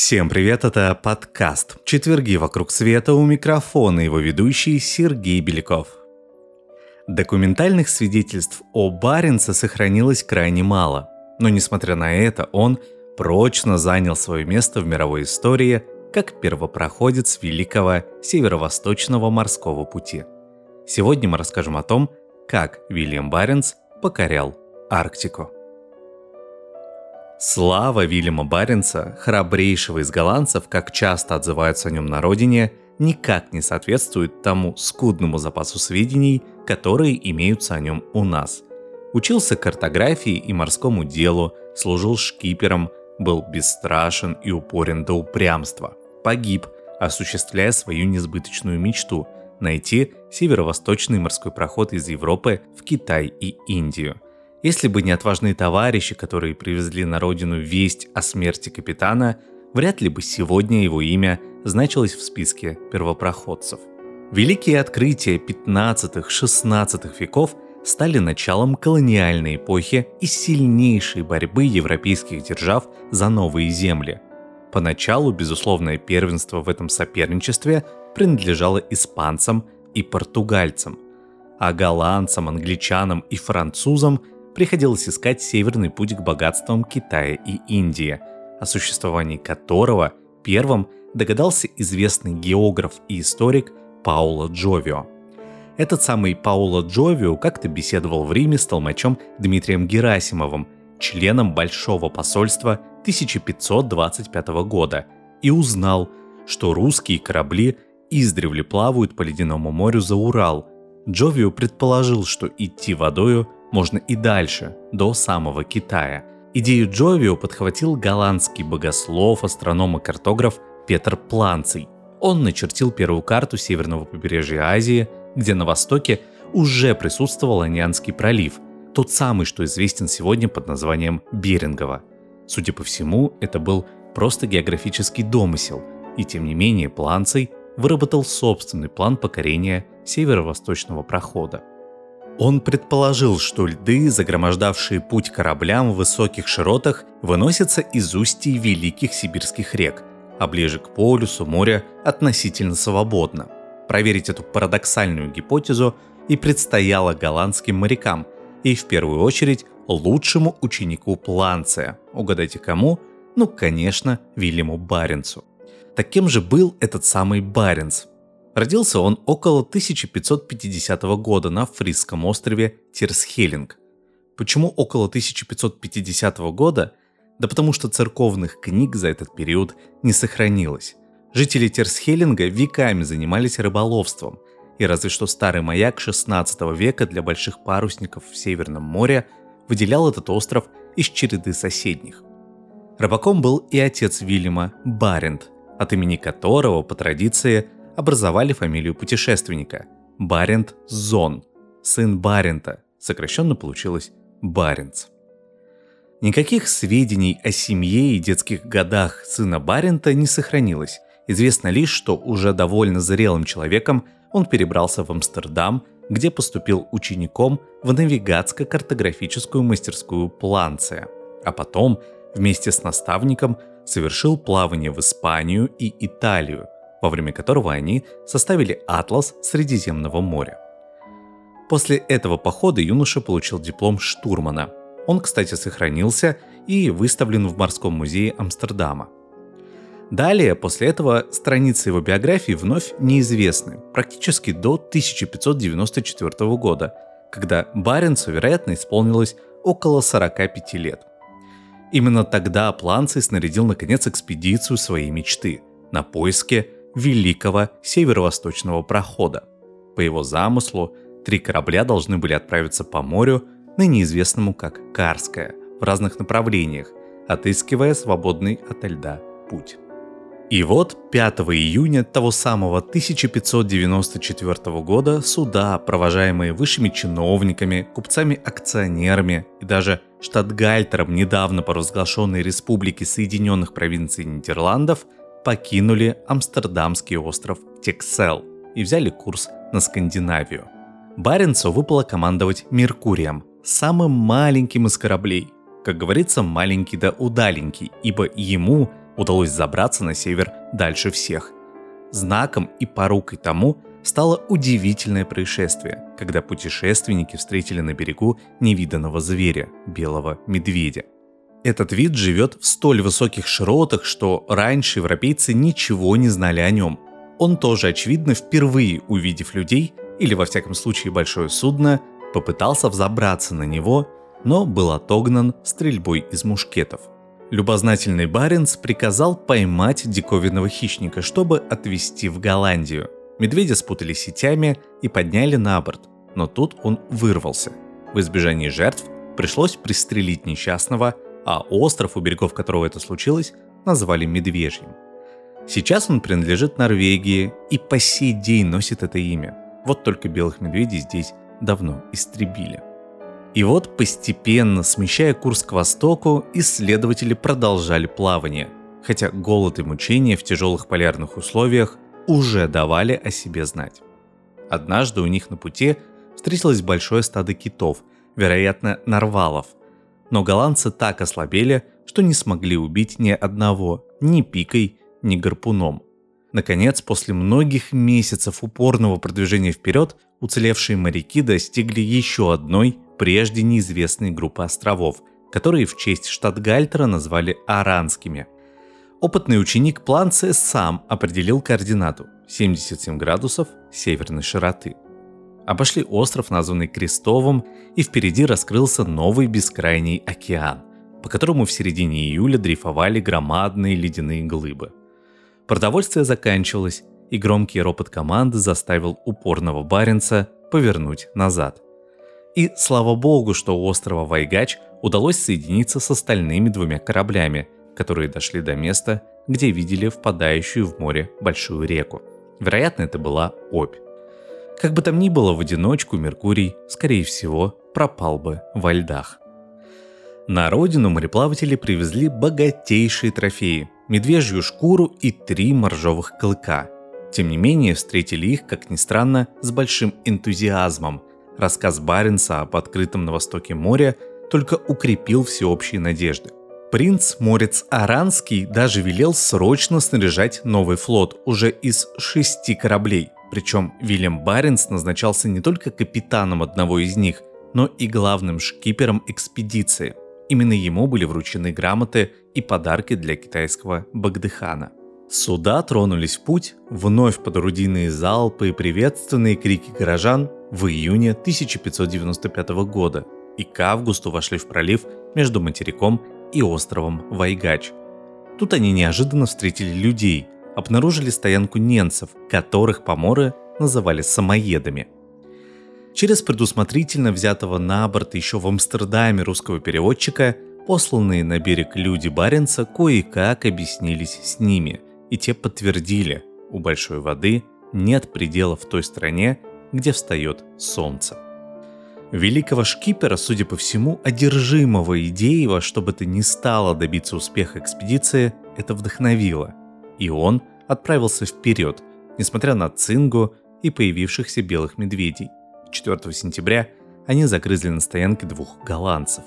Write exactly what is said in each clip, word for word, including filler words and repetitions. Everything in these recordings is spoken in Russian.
Всем привет, это подкаст «Четверги вокруг света», у микрофона его ведущий Сергей Беляков. Документальных свидетельств о Баренце сохранилось крайне мало, но несмотря на это он прочно занял свое место в мировой истории как первопроходец Великого Северо-Восточного морского пути. Сегодня мы расскажем о том, как Вильям Баренц покорял Арктику. Слава Вильяма Баренца, храбрейшего из голландцев, как часто отзываются о нем на родине, никак не соответствует тому скудному запасу сведений, которые имеются о нем у нас. Учился картографии и морскому делу, служил шкипером, был бесстрашен и упорен до упрямства. Погиб, осуществляя свою несбыточную мечту – найти северо-восточный морской проход из Европы в Китай и Индию. Если бы не отважные товарищи, которые привезли на родину весть о смерти капитана, вряд ли бы сегодня его имя значилось в списке первопроходцев. Великие открытия пятнадцатого-шестнадцатого веков стали началом колониальной эпохи и сильнейшей борьбы европейских держав за новые земли. Поначалу безусловное первенство в этом соперничестве принадлежало испанцам и португальцам, а голландцам, англичанам и французам приходилось искать северный путь к богатствам Китая и Индии, о существовании которого первым догадался известный географ и историк Паоло Джовио. Этот самый Паоло Джовио как-то беседовал в Риме с толмачом Дмитрием Герасимовым, членом Большого посольства тысяча пятьсот двадцать пятого года, и узнал, что русские корабли издревле плавают по Ледяному морю за Урал. Джовио предположил, что идти водою можно и дальше, до самого Китая. Идею Джовио подхватил голландский богослов, астроном и картограф Петр Планций. Он начертил первую карту северного побережья Азии, где на востоке уже присутствовал Анианский пролив, тот самый, что известен сегодня под названием Берингово. Судя по всему, это был просто географический домысел, и тем не менее Планций выработал собственный план покорения северо-восточного прохода. Он предположил, что льды, загромождавшие путь кораблям в высоких широтах, выносятся из устий великих сибирских рек, а ближе к полюсу моря относительно свободно. Проверить эту парадоксальную гипотезу и предстояло голландским морякам, и в первую очередь лучшему ученику Планция. Угадайте кому? Ну, конечно, Вильяму Баренцу. Так кем же был этот самый Баренц? Родился он около тысяча пятьсот пятидесятого года на фрисском острове Терсхелинг. Почему около тысяча пятьсот пятидесятого года? Да потому что церковных книг за этот период не сохранилось. Жители Терсхелинга веками занимались рыболовством, и разве что старый маяк шестнадцатого века для больших парусников в Северном море выделял этот остров из череды соседних. Рыбаком был и отец Вильяма, Барент, от имени которого по традиции образовали фамилию путешественника – Барент Зон, сын Барента, сокращенно получилось Баренц. Никаких сведений о семье и детских годах сына Барента не сохранилось. Известно лишь, что уже довольно зрелым человеком он перебрался в Амстердам, где поступил учеником в навигатско-картографическую мастерскую Планция, а потом вместе с наставником совершил плавание в Испанию и Италию, во время которого они составили атлас Средиземного моря. После этого похода юноша получил диплом штурмана. Он, кстати, сохранился и выставлен в Морском музее Амстердама. Далее, после этого, страницы его биографии вновь неизвестны, практически до тысяча пятьсот девяносто четвёртого года, когда Баренцу, вероятно, исполнилось около сорока пяти лет. Именно тогда Планций снарядил, наконец, экспедицию своей мечты на поиски Великого Северо-Восточного прохода. По его замыслу, три корабля должны были отправиться по морю, ныне известному как Карское, в разных направлениях, отыскивая свободный ото льда путь. И вот пятого июня того самого тысяча пятьсот девяносто четвёртого года суда, провожаемые высшими чиновниками, купцами-акционерами и даже штатгальтером недавно провозглашенной Республики Соединенных Провинций Нидерландов, покинули амстердамский остров Тексел и взяли курс на Скандинавию. Баренцу выпало командовать Меркурием, самым маленьким из кораблей. Как говорится, маленький да удаленький, ибо ему удалось забраться на север дальше всех. Знаком и порукой тому стало удивительное происшествие, когда путешественники встретили на берегу невиданного зверя – белого медведя. Этот вид живет в столь высоких широтах, что раньше европейцы ничего не знали о нем. Он тоже, очевидно, впервые увидев людей, или во всяком случае большое судно, попытался взобраться на него, но был отогнан стрельбой из мушкетов. Любознательный Баренц приказал поймать диковинного хищника, чтобы отвезти в Голландию. Медведя спутали сетями и подняли на борт, но тут он вырвался. В избежании жертв пришлось пристрелить несчастного, а остров, у берегов которого это случилось, назвали Медвежьим. Сейчас он принадлежит Норвегии и по сей день носит это имя. Вот только белых медведей здесь давно истребили. И вот, постепенно смещая курс к востоку, исследователи продолжали плавание, хотя голод и мучения в тяжелых полярных условиях уже давали о себе знать. Однажды у них на пути встретилось большое стадо китов, вероятно, нарвалов, но голландцы так ослабели, что не смогли убить ни одного, ни пикой, ни гарпуном. Наконец, после многих месяцев упорного продвижения вперед, уцелевшие моряки достигли еще одной, прежде неизвестной группы островов, которые в честь штатгальтера назвали Аранскими. Опытный ученик Планце сам определил координату – семьдесят семь градусов северной широты. Обошли остров, названный Крестовым, и впереди раскрылся новый бескрайний океан, по которому в середине июля дрейфовали громадные ледяные глыбы. Продовольствие заканчивалось, и громкий ропот команды заставил упорного Баренца повернуть назад. И слава богу, что у острова Вайгач удалось соединиться с остальными двумя кораблями, которые дошли до места, где видели впадающую в море большую реку. Вероятно, это была Обь. Как бы там ни было, в одиночку Меркурий, скорее всего, пропал бы во льдах. На родину мореплаватели привезли богатейшие трофеи – медвежью шкуру и три моржовых клыка. Тем не менее, встретили их, как ни странно, с большим энтузиазмом. Рассказ Баренца об открытом на востоке море только укрепил всеобщие надежды. Принц-морец Аранский даже велел срочно снаряжать новый флот уже из шести кораблей. Причем Вильям Баренц назначался не только капитаном одного из них, но и главным шкипером экспедиции. Именно ему были вручены грамоты и подарки для китайского Багдыхана. Суда тронулись в путь, вновь под орудийные залпы и приветственные крики горожан в июне тысяча пятьсот девяносто пятого года, и к августу вошли в пролив между материком и островом Вайгач. Тут они неожиданно встретили людей, обнаружили стоянку ненцев, которых поморы называли самоедами. Через предусмотрительно взятого на борт еще в Амстердаме русского переводчика, посланные на берег люди Баренца кое-как объяснились с ними, и те подтвердили, у большой воды нет предела в той стране, где встает солнце. Великого шкипера, судя по всему, одержимого идеей во что бы то ни стало добиться успеха экспедиции, это вдохновило, и он отправился вперед, несмотря на цингу и появившихся белых медведей. четвёртого сентября они загрызли на стоянке двух голландцев.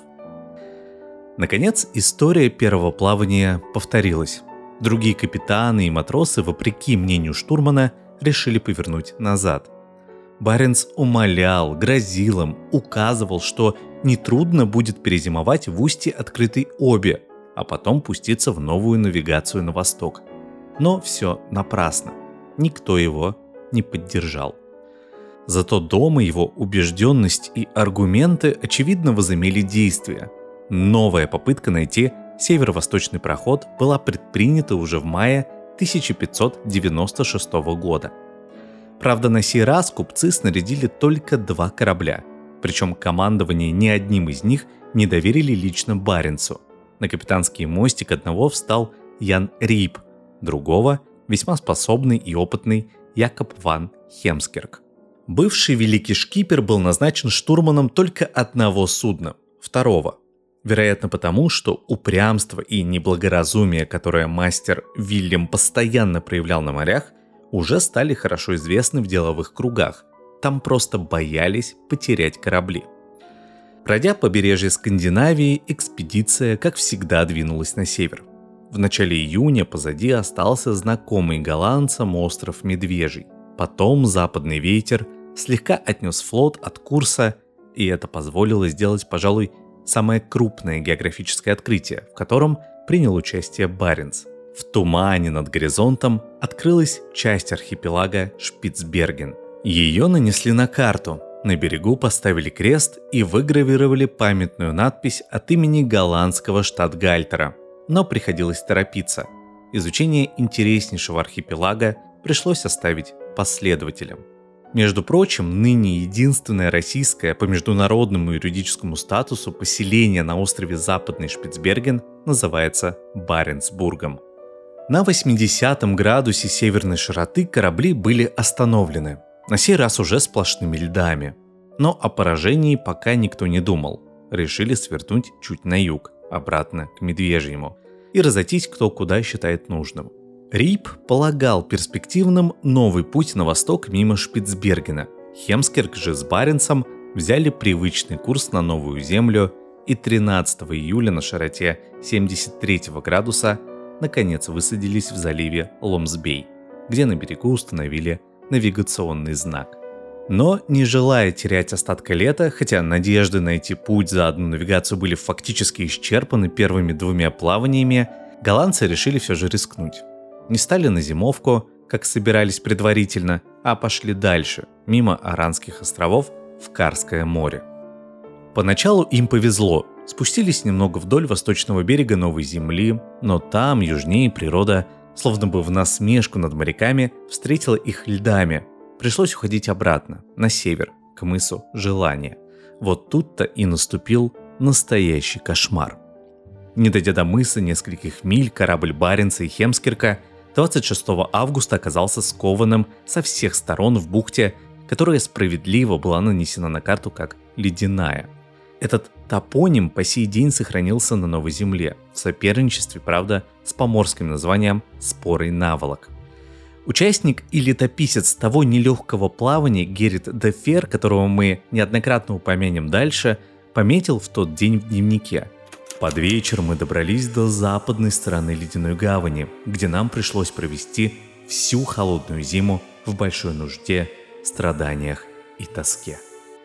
Наконец, история первого плавания повторилась. Другие капитаны и матросы, вопреки мнению штурмана, решили повернуть назад. Баренц умолял, грозил им, указывал, что нетрудно будет перезимовать в устье открытой Оби, а потом пуститься в новую навигацию на восток. Но все напрасно. Никто его не поддержал. Зато дома его убежденность и аргументы очевидно возымели действие. Новая попытка найти северо-восточный проход была предпринята уже в мае тысяча пятьсот девяносто шестого года. Правда, на сей раз купцы снарядили только два корабля, причем командование ни одним из них не доверили лично Баренцу. На капитанский мостик одного встал Ян Рип, другого – весьма способный и опытный Якоб ван Хемскерк. Бывший великий шкипер был назначен штурманом только одного судна – второго. Вероятно потому, что упрямство и неблагоразумие, которое мастер Вильям постоянно проявлял на морях, уже стали хорошо известны в деловых кругах. Там просто боялись потерять корабли. Пройдя побережье Скандинавии, экспедиция, как всегда, двинулась на север. В начале июня позади остался знакомый голландцам остров Медвежий. Потом западный ветер слегка отнес флот от курса, и это позволило сделать, пожалуй, самое крупное географическое открытие, в котором принял участие Баренц. В тумане над горизонтом открылась часть архипелага Шпицберген. Ее нанесли на карту, на берегу поставили крест и выгравировали памятную надпись от имени голландского штатгальтера. Но приходилось торопиться. Изучение интереснейшего архипелага пришлось оставить последователям. Между прочим, ныне единственное российское по международному юридическому статусу поселение на острове Западный Шпицберген называется Баренцбургом. На восьмидесятом градусе северной широты корабли были остановлены, на сей раз уже сплошными льдами. Но о поражении пока никто не думал. Решили свернуть чуть на юг, обратно к Медвежьему, и разойтись кто куда считает нужным. Рип полагал перспективным новый путь на восток мимо Шпицбергена. Хемскирк же с Баренцем взяли привычный курс на Новую Землю и тринадцатого июля на широте семьдесят третьего градуса наконец высадились в заливе Ломсбей, где на берегу установили навигационный знак. Но, не желая терять остатка лета, хотя надежды найти путь за одну навигацию были фактически исчерпаны первыми двумя плаваниями, голландцы решили все же рискнуть. Не стали на зимовку, как собирались предварительно, а пошли дальше, мимо Аранских островов в Карское море. Поначалу им повезло, спустились немного вдоль восточного берега Новой Земли, но там, южнее, природа, словно бы в насмешку над моряками, встретила их льдами. Пришлось уходить обратно, на север, к мысу Желания. Вот тут-то и наступил настоящий кошмар. Не дойдя до мыса нескольких миль, корабль Баренца и Хемскирка двадцать шестого августа оказался скованным со всех сторон в бухте, которая справедливо была нанесена на карту как «Ледяная». Этот топоним по сей день сохранился на Новой Земле, в соперничестве, правда, с поморским названием «Спорый наволок». Участник и летописец того нелегкого плавания Геррит де Фер, которого мы неоднократно упомянем дальше, пометил в тот день в дневнике: «Под вечер мы добрались до западной стороны Ледяной гавани, где нам пришлось провести всю холодную зиму в большой нужде, страданиях и тоске».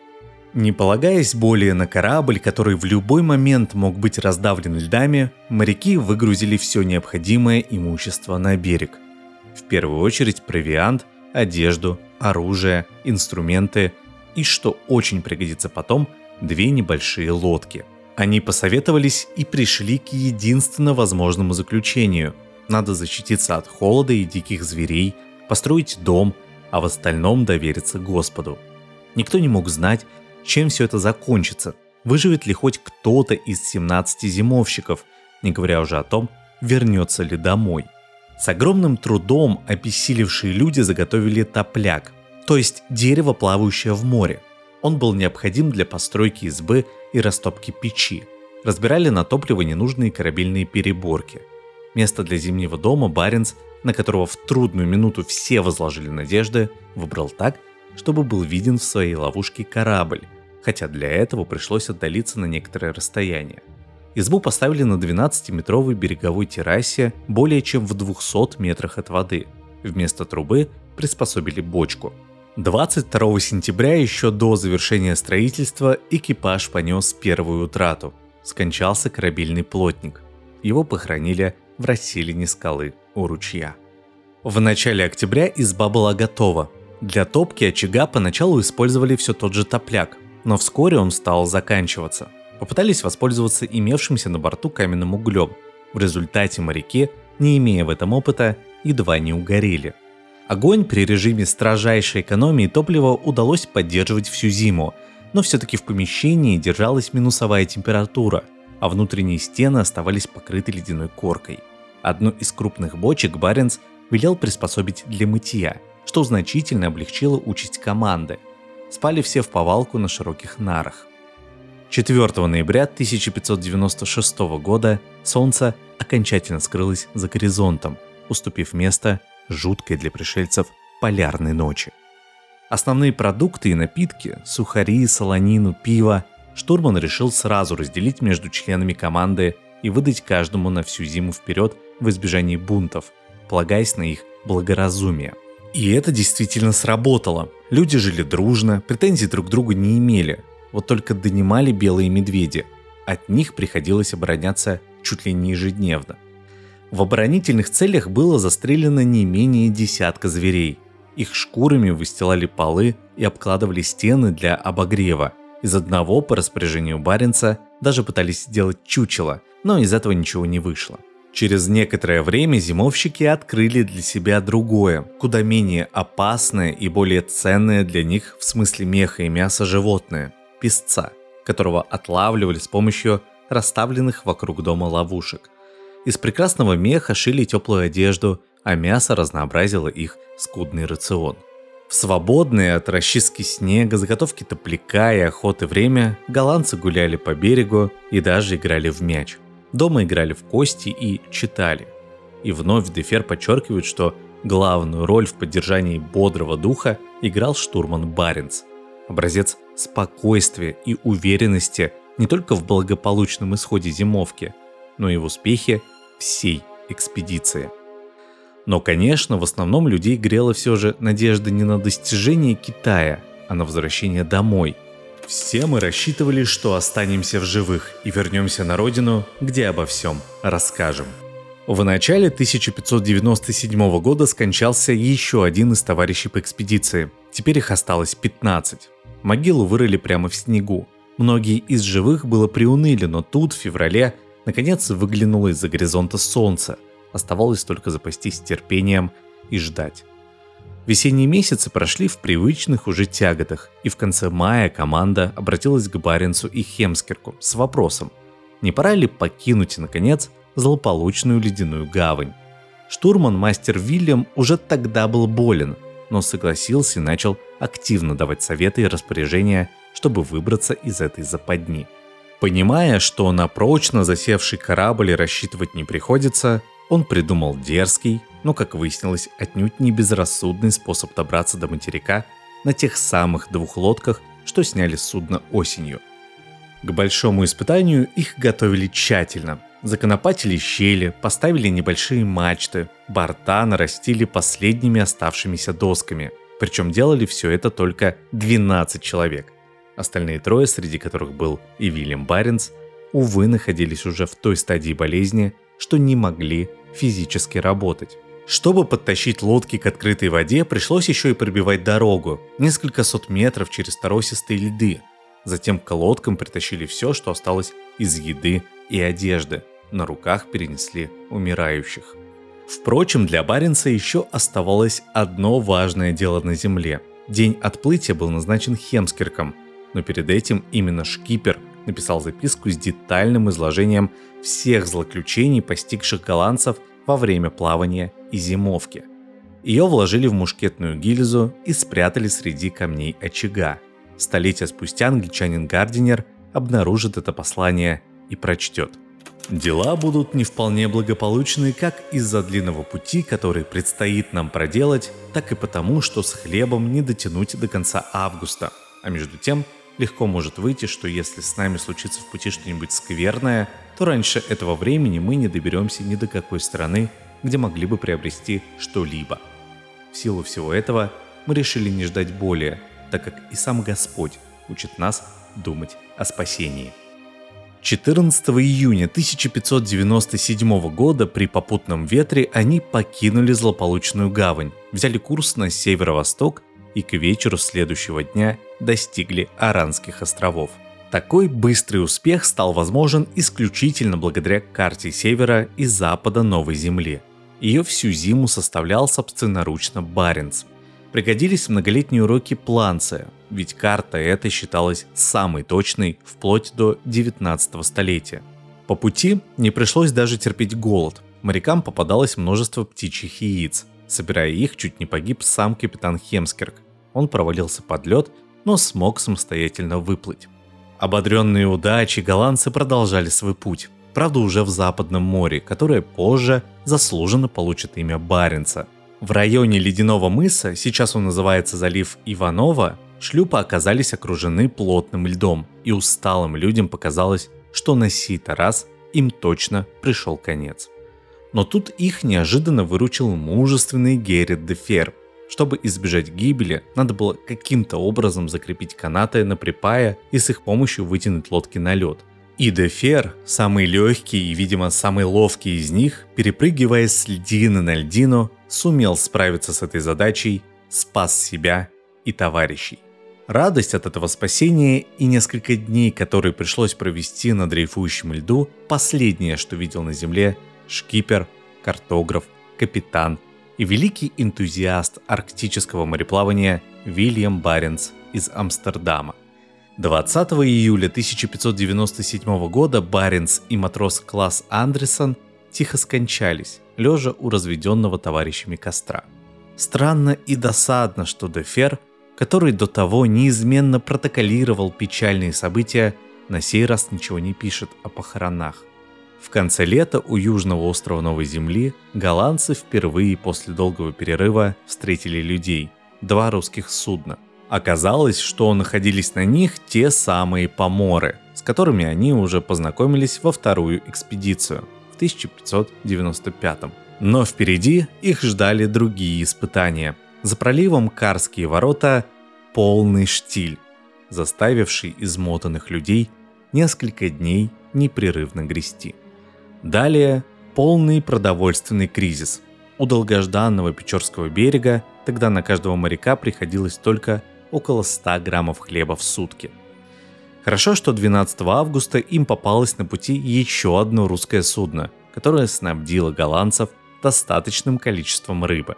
Не полагаясь более на корабль, который в любой момент мог быть раздавлен льдами, моряки выгрузили все необходимое имущество на берег. В первую очередь провиант, одежду, оружие, инструменты и, что очень пригодится потом, две небольшие лодки. Они посоветовались и пришли к единственно возможному заключению: надо защититься от холода и диких зверей, построить дом, а в остальном довериться Господу. Никто не мог знать, чем все это закончится, выживет ли хоть кто-то из семнадцати зимовщиков, не говоря уже о том, вернется ли домой. С огромным трудом обессилевшие люди заготовили топляк, то есть дерево, плавающее в море. Он был необходим для постройки избы и растопки печи. Разбирали на топливо ненужные корабельные переборки. Место для зимнего дома Баренц, на которого в трудную минуту все возложили надежды, выбрал так, чтобы был виден в своей ловушке корабль, хотя для этого пришлось отдалиться на некоторое расстояние. Избу поставили на двенадцатиметровой береговой террасе более чем в двухстах метрах от воды. Вместо трубы приспособили бочку. двадцать второго сентября, еще до завершения строительства, экипаж понес первую утрату. Скончался корабельный плотник. Его похоронили в расселине скалы у ручья. В начале октября изба была готова. Для топки очага поначалу использовали все тот же топляк, но вскоре он стал заканчиваться. Попытались воспользоваться имевшимся на борту каменным углем. В результате моряки, не имея в этом опыта, едва не угорели. Огонь при режиме строжайшей экономии топлива удалось поддерживать всю зиму, но все-таки в помещении держалась минусовая температура, а внутренние стены оставались покрыты ледяной коркой. Одну из крупных бочек Баренц велел приспособить для мытья, что значительно облегчило участь команды. Спали все вповалку на широких нарах. четвёртого ноября тысяча пятьсот девяносто шестого года солнце окончательно скрылось за горизонтом, уступив место жуткой для пришельцев полярной ночи. Основные продукты и напитки – сухари, солонину, пиво – штурман решил сразу разделить между членами команды и выдать каждому на всю зиму вперед в избежании бунтов, полагаясь на их благоразумие. И это действительно сработало. Люди жили дружно, претензий друг к другу не имели. Вот только донимали белые медведи. От них приходилось обороняться чуть ли не ежедневно. В оборонительных целях было застрелено не менее десятка зверей. Их шкурами выстилали полы и обкладывали стены для обогрева. Из одного, по распоряжению баринца, даже пытались сделать чучело, но из этого ничего не вышло. Через некоторое время зимовщики открыли для себя другое, куда менее опасное и более ценное для них в смысле меха и мяса животное – песца, которого отлавливали с помощью расставленных вокруг дома ловушек. Из прекрасного меха шили теплую одежду, а мясо разнообразило их скудный рацион. В свободное от расчистки снега, заготовки топляка и охоты время голландцы гуляли по берегу и даже играли в мяч. Дома играли в кости и читали. И вновь Дефер подчеркивает, что главную роль в поддержании бодрого духа играл штурман Баренц. Образец спокойствия и уверенности не только в благополучном исходе зимовки, но и в успехе всей экспедиции. Но, конечно, в основном людей грела все же надежда не на достижение Китая, а на возвращение домой. Все мы рассчитывали, что останемся в живых и вернемся на родину, где обо всем расскажем. В начале тысяча пятьсот девяносто седьмого года скончался еще один из товарищей по экспедиции. Теперь их осталось пятнадцать. Могилу вырыли прямо в снегу. Многие из живых было приуныли, но тут, в феврале, наконец выглянуло из-за горизонта солнце. Оставалось только запастись терпением и ждать. Весенние месяцы прошли в привычных уже тяготах, и в конце мая команда обратилась к Баренцу и Хемскирку с вопросом, не пора ли покинуть, наконец, злополучную ледяную гавань. Штурман-мастер Вильям уже тогда был болен, но согласился и начал активно давать советы и распоряжения, чтобы выбраться из этой западни. Понимая, что на прочно засевший корабль рассчитывать не приходится, он придумал дерзкий, но, как выяснилось, отнюдь не безрассудный способ добраться до материка на тех самых двух лодках, что сняли с судна осенью. К большому испытанию их готовили тщательно. Законопатили щели, поставили небольшие мачты, борта нарастили последними оставшимися досками. Причем делали все это только двенадцать человек. Остальные трое, среди которых был и Вильям Баренц, увы, находились уже в той стадии болезни, что не могли физически работать. Чтобы подтащить лодки к открытой воде, пришлось еще и пробивать дорогу, несколько сот метров через торосистые льды. Затем к лодкам притащили все, что осталось из еды и одежды. На руках перенесли умирающих. Впрочем, для Баренца еще оставалось одно важное дело на земле. День отплытия был назначен Хемскирком, но перед этим именно шкипер написал записку с детальным изложением всех злоключений, постигших голландцев во время плавания и зимовки. Ее вложили в мушкетную гильзу и спрятали среди камней очага. Столетия спустя англичанин Гардинер обнаружит это послание и прочтет. «Дела будут не вполне благополучны как из-за длинного пути, который предстоит нам проделать, так и потому, что с хлебом не дотянуть до конца августа. А между тем, легко может выйти, что если с нами случится в пути что-нибудь скверное, то раньше этого времени мы не доберемся ни до какой страны, где могли бы приобрести что-либо. В силу всего этого мы решили не ждать более, так как и сам Господь учит нас думать о спасении». четырнадцатого июня тысяча пятьсот девяносто седьмого года при попутном ветре они покинули злополучную гавань, взяли курс на северо-восток и к вечеру следующего дня достигли Аранских островов. Такой быстрый успех стал возможен исключительно благодаря карте севера и запада Новой Земли. Ее всю зиму составлял собственноручно Баренц. Пригодились многолетние уроки Планция, ведь карта эта считалась самой точной вплоть до девятнадцатого столетия. По пути не пришлось даже терпеть голод. Морякам попадалось множество птичьих яиц. Собирая их, чуть не погиб сам капитан Хемскирк. Он провалился под лед, но смог самостоятельно выплыть. Ободренные удачей, голландцы продолжали свой путь, правда уже в Западном море, которое позже заслуженно получит имя Баренца. В районе Ледяного мыса, сейчас он называется залив Иванова, шлюпы оказались окружены плотным льдом, и усталым людям показалось, что на сей-то раз им точно пришел конец. Но тут их неожиданно выручил мужественный Геррит де Фер. Чтобы избежать гибели, надо было каким-то образом закрепить канаты на припае и с их помощью вытянуть лодки на лед. И де Фер, самый легкий и, видимо, самый ловкий из них, перепрыгивая с льдины на льдину, сумел справиться с этой задачей, спас себя и товарищей. Радость от этого спасения и несколько дней, которые пришлось провести на дрейфующем льду, последнее, что видел на земле шкипер, картограф, капитан и великий энтузиаст арктического мореплавания Вильям Баренц из Амстердама. двадцатого июля тысяча пятьсот девяносто седьмого года Баренц и матрос Клас Андерсон тихо скончались, лежа у разведенного товарищами костра. Странно и досадно, что де Фер, который до того неизменно протоколировал печальные события, на сей раз ничего не пишет о похоронах. В конце лета у южного острова Новой Земли голландцы впервые после долгого перерыва встретили людей, два русских судна. Оказалось, что находились на них те самые поморы, с которыми они уже познакомились во вторую экспедицию в тысяча пятьсот девяносто пятом. Но впереди их ждали другие испытания. За проливом Карские ворота полный штиль, заставивший измотанных людей несколько дней непрерывно грести. Далее полный продовольственный кризис. У долгожданного Печорского берега тогда на каждого моряка приходилось только около ста граммов хлеба в сутки. Хорошо, что двенадцатого августа им попалось на пути еще одно русское судно, которое снабдило голландцев достаточным количеством рыбы.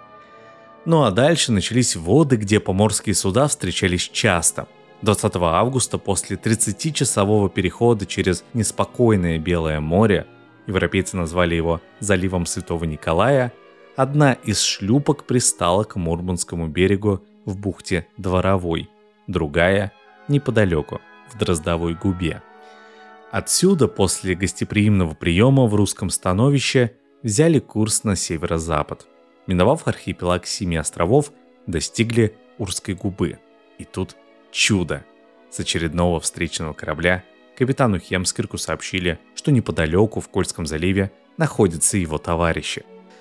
Ну а дальше начались воды, где поморские суда встречались часто. двадцатого августа после тридцатичасового перехода через неспокойное Белое море, европейцы назвали его заливом Святого Николая, одна из шлюпок пристала к Мурманскому берегу в бухте Дворовой, другая неподалеку, в Дроздовой губе. Отсюда после гостеприимного приема в русском становище взяли курс на северо-запад. Миновав архипелаг семи островов, достигли Урской губы. И тут чудо! С очередного встречного корабля капитану Хемскирку сообщили, что неподалеку в Кольском заливе находятся его товарищи.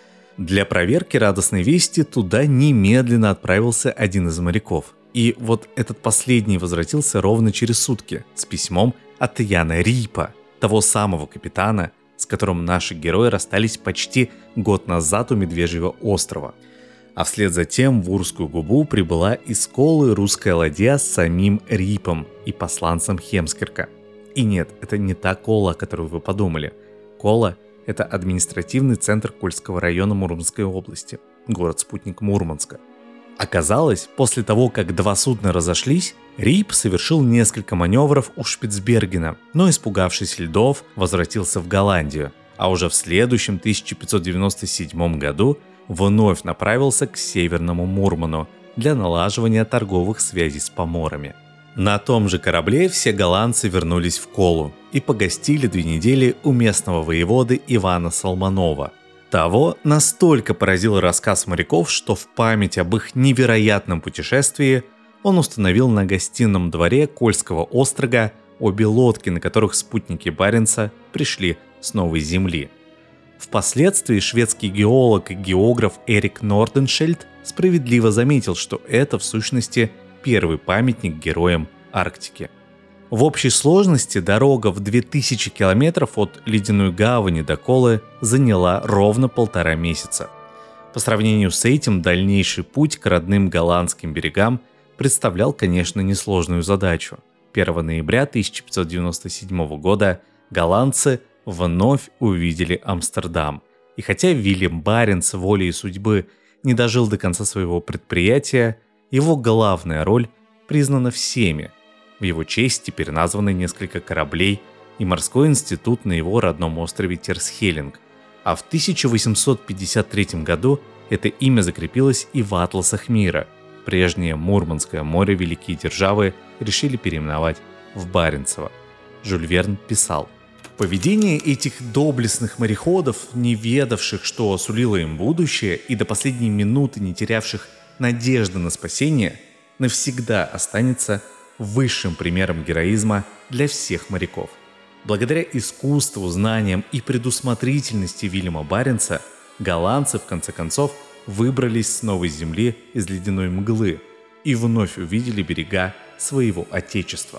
Для проверки радостной вести туда немедленно отправился один из моряков. И вот этот последний возвратился ровно через сутки с письмом от Яна Рипа, того самого капитана, с которым наши герои расстались почти год назад у Медвежьего острова. А вслед за тем в Урскую губу прибыла из Колы русская ладья с самим Рипом и посланцем Хемскирка. И нет, это не та Кола, о которой вы подумали. Кола – это административный центр Кольского района Мурманской области, город-спутник Мурманска. Оказалось, после того, как два судна разошлись, Рип совершил несколько маневров у Шпицбергена, но, испугавшись льдов, возвратился в Голландию, а уже в следующем тысяча пятьсот девяносто седьмом году вновь направился к Северному Мурману для налаживания торговых связей с поморами. На том же корабле все голландцы вернулись в Колу и погостили две недели у местного воеводы Ивана Салманова. Того настолько поразил рассказ моряков, что в память об их невероятном путешествии он установил на гостином дворе Кольского острога обе лодки, на которых спутники Баренца пришли с Новой Земли. Впоследствии шведский геолог и географ Эрик Норденшельд справедливо заметил, что это в сущности первый памятник героям Арктики. В общей сложности дорога в две тысячи километров от Ледяной гавани до Колы заняла ровно полтора месяца. По сравнению с этим дальнейший путь к родным голландским берегам представлял, конечно, несложную задачу. первого ноября тысяча пятьсот девяносто седьмого года голландцы вновь увидели Амстердам. И хотя Вильям Баренц волей судьбы не дожил до конца своего предприятия, его главная роль признана всеми. В его честь теперь названы несколько кораблей и морской институт на его родном острове Терсхелинг. А в тысяча восемьсот пятьдесят третьем году это имя закрепилось и в атласах мира. Прежнее Мурманское море великие державы решили переименовать в Баренцево. Жюль Верн писал: «Поведение этих доблестных мореходов, не ведавших, что сулило им будущее, и до последней минуты не терявших надежды на спасение, навсегда останется высшим примером героизма для всех моряков. Благодаря искусству, знаниям и предусмотрительности Вильяма Баренца, голландцы в конце концов выбрались с новой земли из ледяной мглы и вновь увидели берега своего отечества.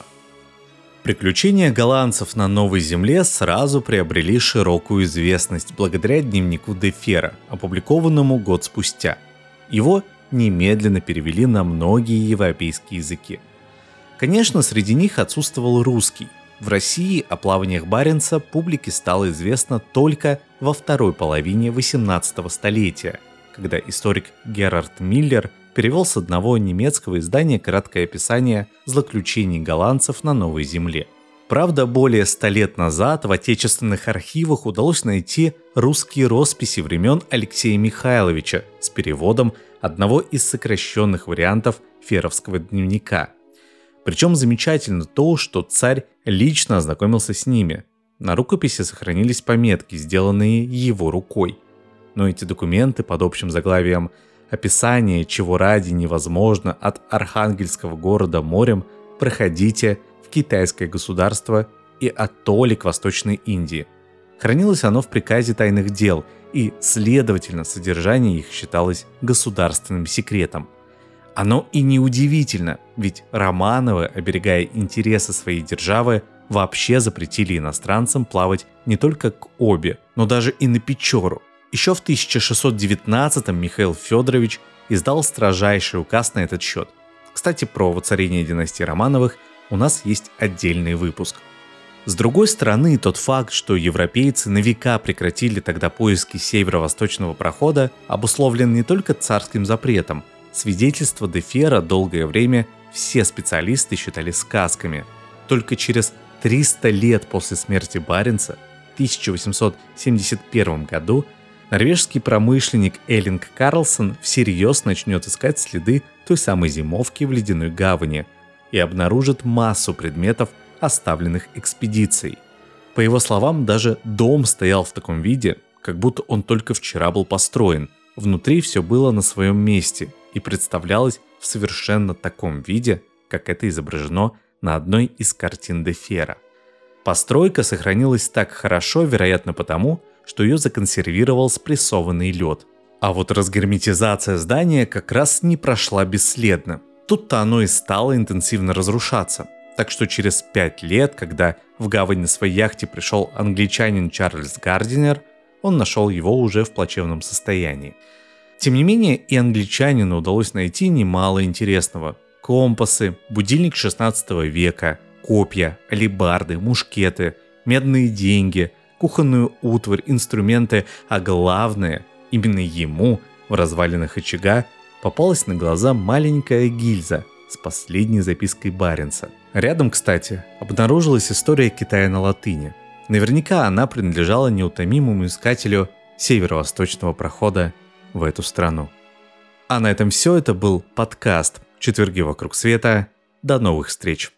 Приключения голландцев на новой земле сразу приобрели широкую известность благодаря дневнику Деферра, опубликованному год спустя. Его немедленно перевели на многие европейские языки. Конечно, среди них отсутствовал русский. В России о плаваниях Баренца публике стало известно только во второй половине восемнадцатого столетия, когда историк Герард Миллер перевел с одного немецкого издания краткое описание злоключений голландцев на Новой Земле. Правда, более ста лет назад в отечественных архивах удалось найти русские росписи времен Алексея Михайловича с переводом одного из сокращенных вариантов ферровского дневника. Причем замечательно то, что царь лично ознакомился с ними. На рукописи сохранились пометки, сделанные его рукой. Но эти документы под общим заглавием «Описание, чего ради невозможно от Архангельского города морем, проходите в китайское государство и атолли к Восточной Индии». Хранилось оно в приказе тайных дел, и, следовательно, содержание их считалось государственным секретом. Оно и неудивительно, ведь Романовы, оберегая интересы своей державы, вообще запретили иностранцам плавать не только к Обе, но даже и на Печору. Еще в тысяча шестьсот девятнадцатом Михаил Федорович издал строжайший указ на этот счет. Кстати, про воцарение династии Романовых у нас есть отдельный выпуск. С другой стороны, тот факт, что европейцы на века прекратили тогда поиски северо-восточного прохода, обусловлен не только царским запретом. Свидетельства Деферра долгое время все специалисты считали сказками. Только через триста лет после смерти Баренца, в тысяча восемьсот семьдесят первом году, норвежский промышленник Эллинг Карлсон всерьез начнет искать следы той самой зимовки в ледяной гавани и обнаружит массу предметов, оставленных экспедицией. По его словам, даже дом стоял в таком виде, как будто он только вчера был построен. Внутри все было на своем месте и представлялось в совершенно таком виде, как это изображено на одной из картин Деферра. Постройка сохранилась так хорошо, вероятно потому, что ее законсервировал спрессованный лед. А вот разгерметизация здания как раз не прошла бесследно. Тут-то оно и стало интенсивно разрушаться. Так что через пять лет, когда в гавань на своей яхте пришел англичанин Чарльз Гардинер, он нашел его уже в плачевном состоянии. Тем не менее, и англичанину удалось найти немало интересного. Компасы, будильник шестнадцатого века, копья, алебарды, мушкеты, медные деньги, кухонную утварь, инструменты, а главное, именно ему в развалинах очага попалась на глаза маленькая гильза с последней запиской Баренца. Рядом, кстати, обнаружилась история Китая на латыни. Наверняка она принадлежала неутомимому искателю северо-восточного прохода в эту страну. А на этом все. Это был подкаст «Четверги вокруг света». До новых встреч!